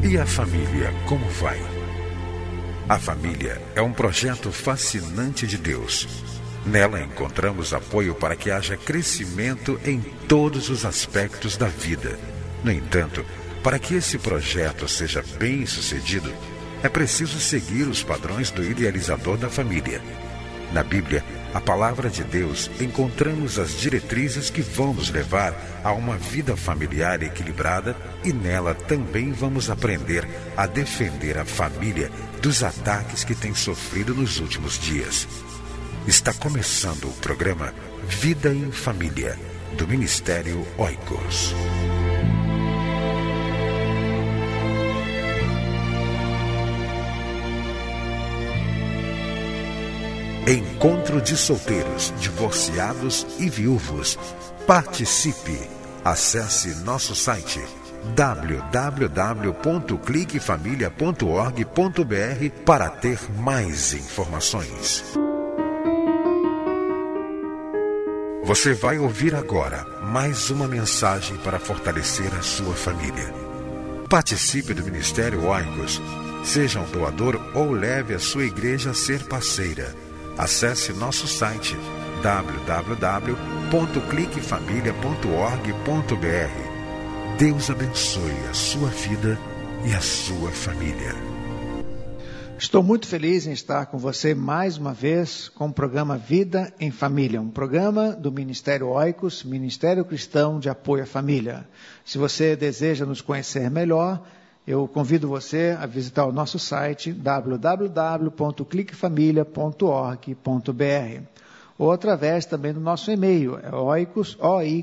E a família, como vai? A família é um projeto fascinante de Deus. Nela encontramos apoio para que haja crescimento em todos os aspectos da vida. No entanto, para que esse projeto seja bem-sucedido, é preciso seguir os padrões do idealizador da família. Na Bíblia, a palavra de Deus, encontramos as diretrizes que vão nos levar a uma vida familiar equilibrada e nela também vamos aprender a defender a família dos ataques que tem sofrido nos últimos dias. Está começando o programa Vida em Família, do Ministério Oikos. Encontro de solteiros, divorciados e viúvos. Participe! Acesse nosso site www.cliquefamilia.org.br para ter mais informações. Você vai ouvir agora mais uma mensagem para fortalecer a sua família. Participe do Ministério Oikos. Seja um doador ou leve a sua igreja a ser parceira. Acesse nosso site www.cliquefamilia.org.br. Deus abençoe a sua vida e a sua família. Estou muito feliz em estar com você mais uma vez com o programa Vida em Família, um programa do Ministério Oikos, Ministério Cristão de Apoio à Família. Se você deseja nos conhecer melhor, eu convido você a visitar o nosso site www.cliquefamilia.org.br ou através também do nosso e-mail, oikos,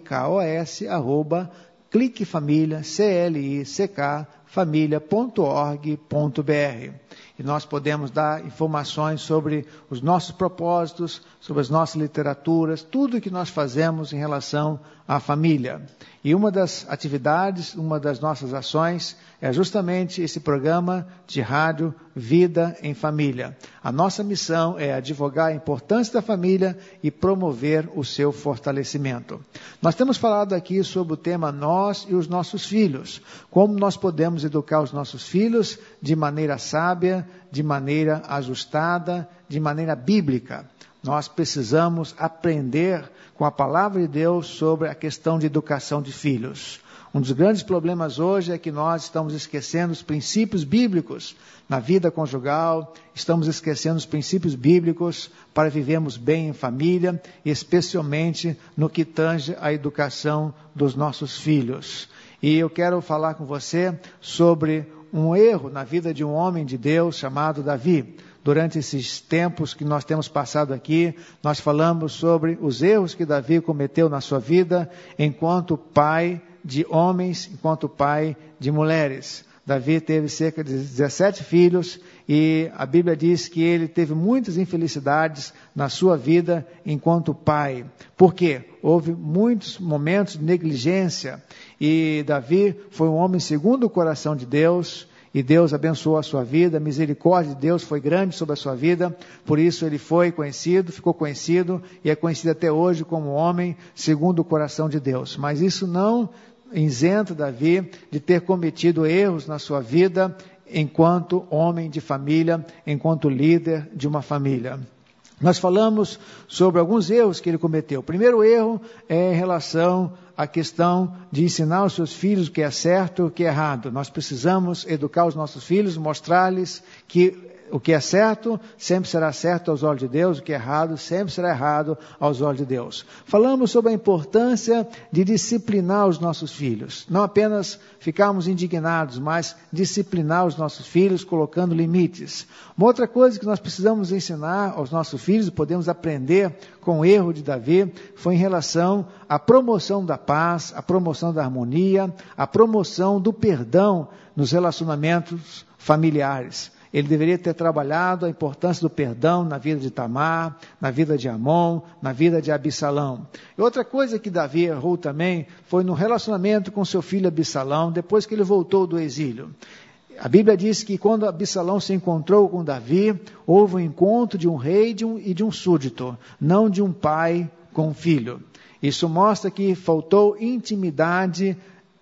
cliquefamilia.org.br. E nós podemos dar informações sobre os nossos propósitos, sobre as nossas literaturas, tudo o que nós fazemos em relação à família. E uma das atividades, uma das nossas ações é justamente esse programa de rádio Vida em Família. A nossa missão é advogar a importância da família e promover o seu fortalecimento. Nós temos falado aqui sobre o tema nós e os nossos filhos. Como nós podemos educar os nossos filhos de maneira sábia, de maneira ajustada, de maneira bíblica. Nós precisamos aprender com a palavra de Deus sobre a questão de educação de filhos. Um dos grandes problemas hoje é que nós estamos esquecendo os princípios bíblicos na vida conjugal, estamos esquecendo os princípios bíblicos para vivermos bem em família, especialmente no que tange à educação dos nossos filhos. E eu quero falar com você sobre um erro na vida de um homem de Deus chamado Davi. Durante esses tempos que nós temos passado aqui, nós falamos sobre os erros que Davi cometeu na sua vida enquanto pai de homens, enquanto pai de mulheres. Davi teve cerca de 17 filhos e a Bíblia diz que ele teve muitas infelicidades na sua vida enquanto pai. Por quê? Houve muitos momentos de negligência e Davi foi um homem segundo o coração de Deus. E Deus abençoou a sua vida, a misericórdia de Deus foi grande sobre a sua vida, por isso ele foi conhecido, ficou conhecido e é conhecido até hoje como homem segundo o coração de Deus. Mas isso não isenta Davi de ter cometido erros na sua vida enquanto homem de família, enquanto líder de uma família. Nós falamos sobre alguns erros que ele cometeu. O primeiro erro é em relação à questão de ensinar aos seus filhos o que é certo e o que é errado. Nós precisamos educar os nossos filhos, mostrar-lhes que o que é certo sempre será certo aos olhos de Deus, o que é errado sempre será errado aos olhos de Deus. Falamos sobre a importância de disciplinar os nossos filhos. Não apenas ficarmos indignados, mas disciplinar os nossos filhos colocando limites. Uma outra coisa que nós precisamos ensinar aos nossos filhos, podemos aprender com o erro de Davi, foi em relação à promoção da paz, à promoção da harmonia, à promoção do perdão nos relacionamentos familiares. Ele deveria ter trabalhado a importância do perdão na vida de Tamar, na vida de Amon, na vida de Absalão. E outra coisa que Davi errou também foi no relacionamento com seu filho Absalão, depois que ele voltou do exílio. A Bíblia diz que quando Absalão se encontrou com Davi, houve um encontro de um rei e de um súdito, não de um pai com um filho. Isso mostra que faltou intimidade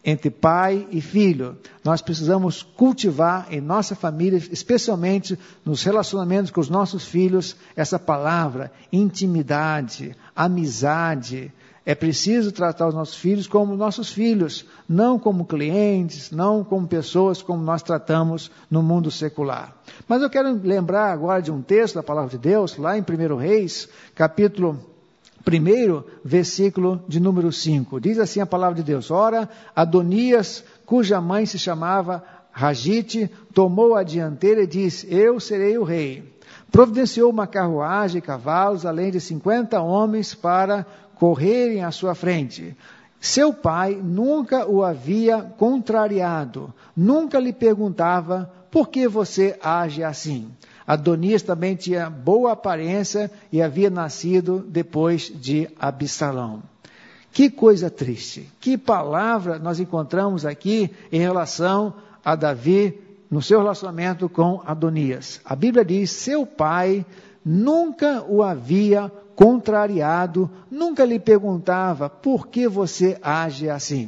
entre pai e filho. Nós precisamos cultivar em nossa família, especialmente nos relacionamentos com os nossos filhos, essa palavra, intimidade, amizade. É preciso tratar os nossos filhos como nossos filhos, não como clientes, não como pessoas como nós tratamos no mundo secular. Mas eu quero lembrar agora de um texto da Palavra de Deus, lá em 1 Reis, capítulo 1, versículo de número 5. Diz assim a Palavra de Deus: Ora, Adonias, cuja mãe se chamava Ragite, tomou a dianteira e disse: Eu serei o rei. Providenciou uma carruagem e cavalos, além de 50 homens para correrem à sua frente. Seu pai nunca o havia contrariado, nunca lhe perguntava: por que você age assim? Adonias também tinha boa aparência e havia nascido depois de Absalão. Que coisa triste, que palavra nós encontramos aqui em relação a Davi no seu relacionamento com Adonias. A Bíblia diz: seu pai nunca o havia contrariado, nunca lhe perguntava: por que você age assim?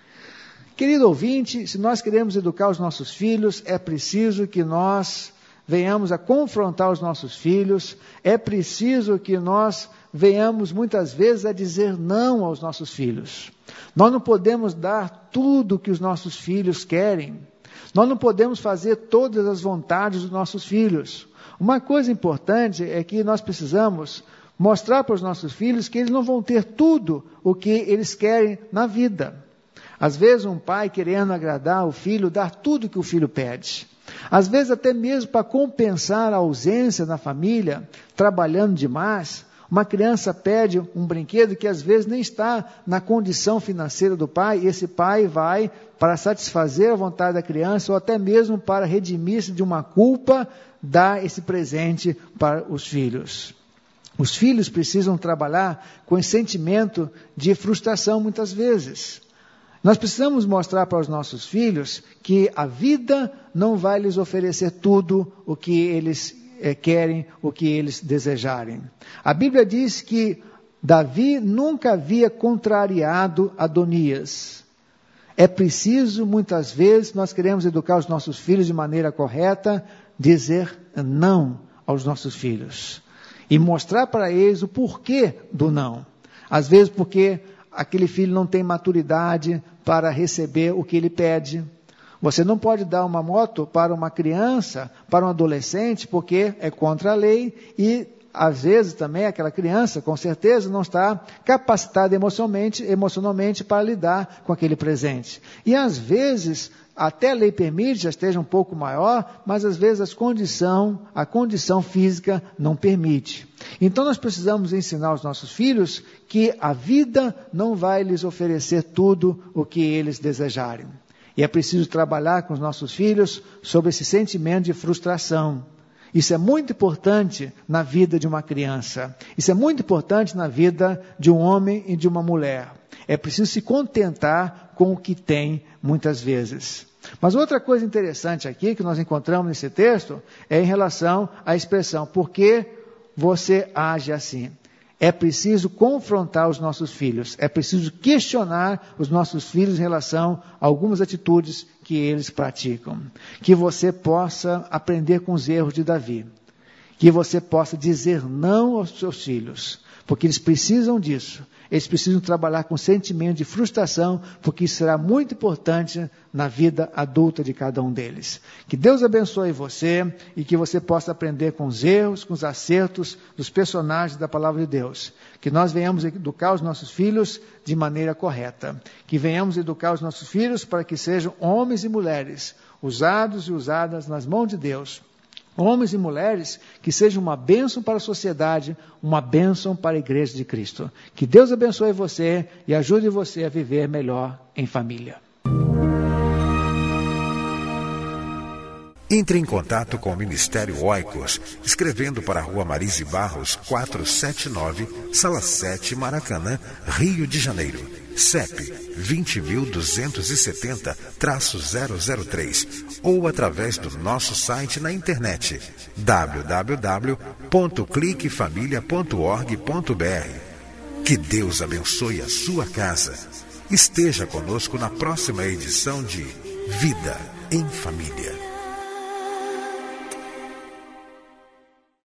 Querido ouvinte, se nós queremos educar os nossos filhos, é preciso que nós venhamos a confrontar os nossos filhos, é preciso que nós venhamos muitas vezes a dizer não aos nossos filhos. Nós não podemos dar tudo o que os nossos filhos querem, nós não podemos fazer todas as vontades dos nossos filhos. Uma coisa importante é que nós precisamos mostrar para os nossos filhos que eles não vão ter tudo o que eles querem na vida. Às vezes um pai querendo agradar o filho, dar tudo o que o filho pede. Às vezes até mesmo para compensar a ausência na família, trabalhando demais, uma criança pede um brinquedo que às vezes nem está na condição financeira do pai, e esse pai vai para satisfazer a vontade da criança, ou até mesmo para redimir-se de uma culpa, dar esse presente para os filhos. Os filhos precisam trabalhar com esse sentimento de frustração muitas vezes. Nós precisamos mostrar para os nossos filhos que a vida não vai lhes oferecer tudo o que eles querem, o que eles desejarem. A Bíblia diz que Davi nunca havia contrariado Adonias. É preciso, muitas vezes, nós queremos educar os nossos filhos de maneira correta, dizer não aos nossos filhos. E mostrar para eles o porquê do não. Às vezes porque aquele filho não tem maturidade para receber o que ele pede. Você não pode dar uma moto para uma criança, para um adolescente, porque é contra a lei e, às vezes, também aquela criança, com certeza, não está capacitada emocionalmente para lidar com aquele presente. E, às vezes, até a lei permite, já esteja um pouco maior, mas, às vezes, a condição física não permite. Então, nós precisamos ensinar aos nossos filhos que a vida não vai lhes oferecer tudo o que eles desejarem. E é preciso trabalhar com os nossos filhos sobre esse sentimento de frustração. Isso é muito importante na vida de uma criança. Isso é muito importante na vida de um homem e de uma mulher. É preciso se contentar com o que tem muitas vezes. Mas outra coisa interessante aqui que nós encontramos nesse texto é em relação à expressão: por que você age assim? É preciso confrontar os nossos filhos, é preciso questionar os nossos filhos em relação a algumas atitudes que eles praticam. Que você possa aprender com os erros de Davi, que você possa dizer não aos seus filhos, porque eles precisam disso. Eles precisam trabalhar com sentimento de frustração, porque isso será muito importante na vida adulta de cada um deles. Que Deus abençoe você e que você possa aprender com os erros, com os acertos dos personagens da Palavra de Deus. Que nós venhamos educar os nossos filhos de maneira correta. Que venhamos educar os nossos filhos para que sejam homens e mulheres usados e usadas nas mãos de Deus. Homens e mulheres que sejam uma bênção para a sociedade, uma bênção para a Igreja de Cristo. Que Deus abençoe você e ajude você a viver melhor em família. Entre em contato com o Ministério Oikos, escrevendo para a Rua Marise Barros, 479, Sala 7, Maracanã, Rio de Janeiro. CEP 20.270-003 ou através do nosso site na internet www.cliquefamilia.org.br. Que Deus abençoe a sua casa Esteja conosco na próxima edição de Vida em Família.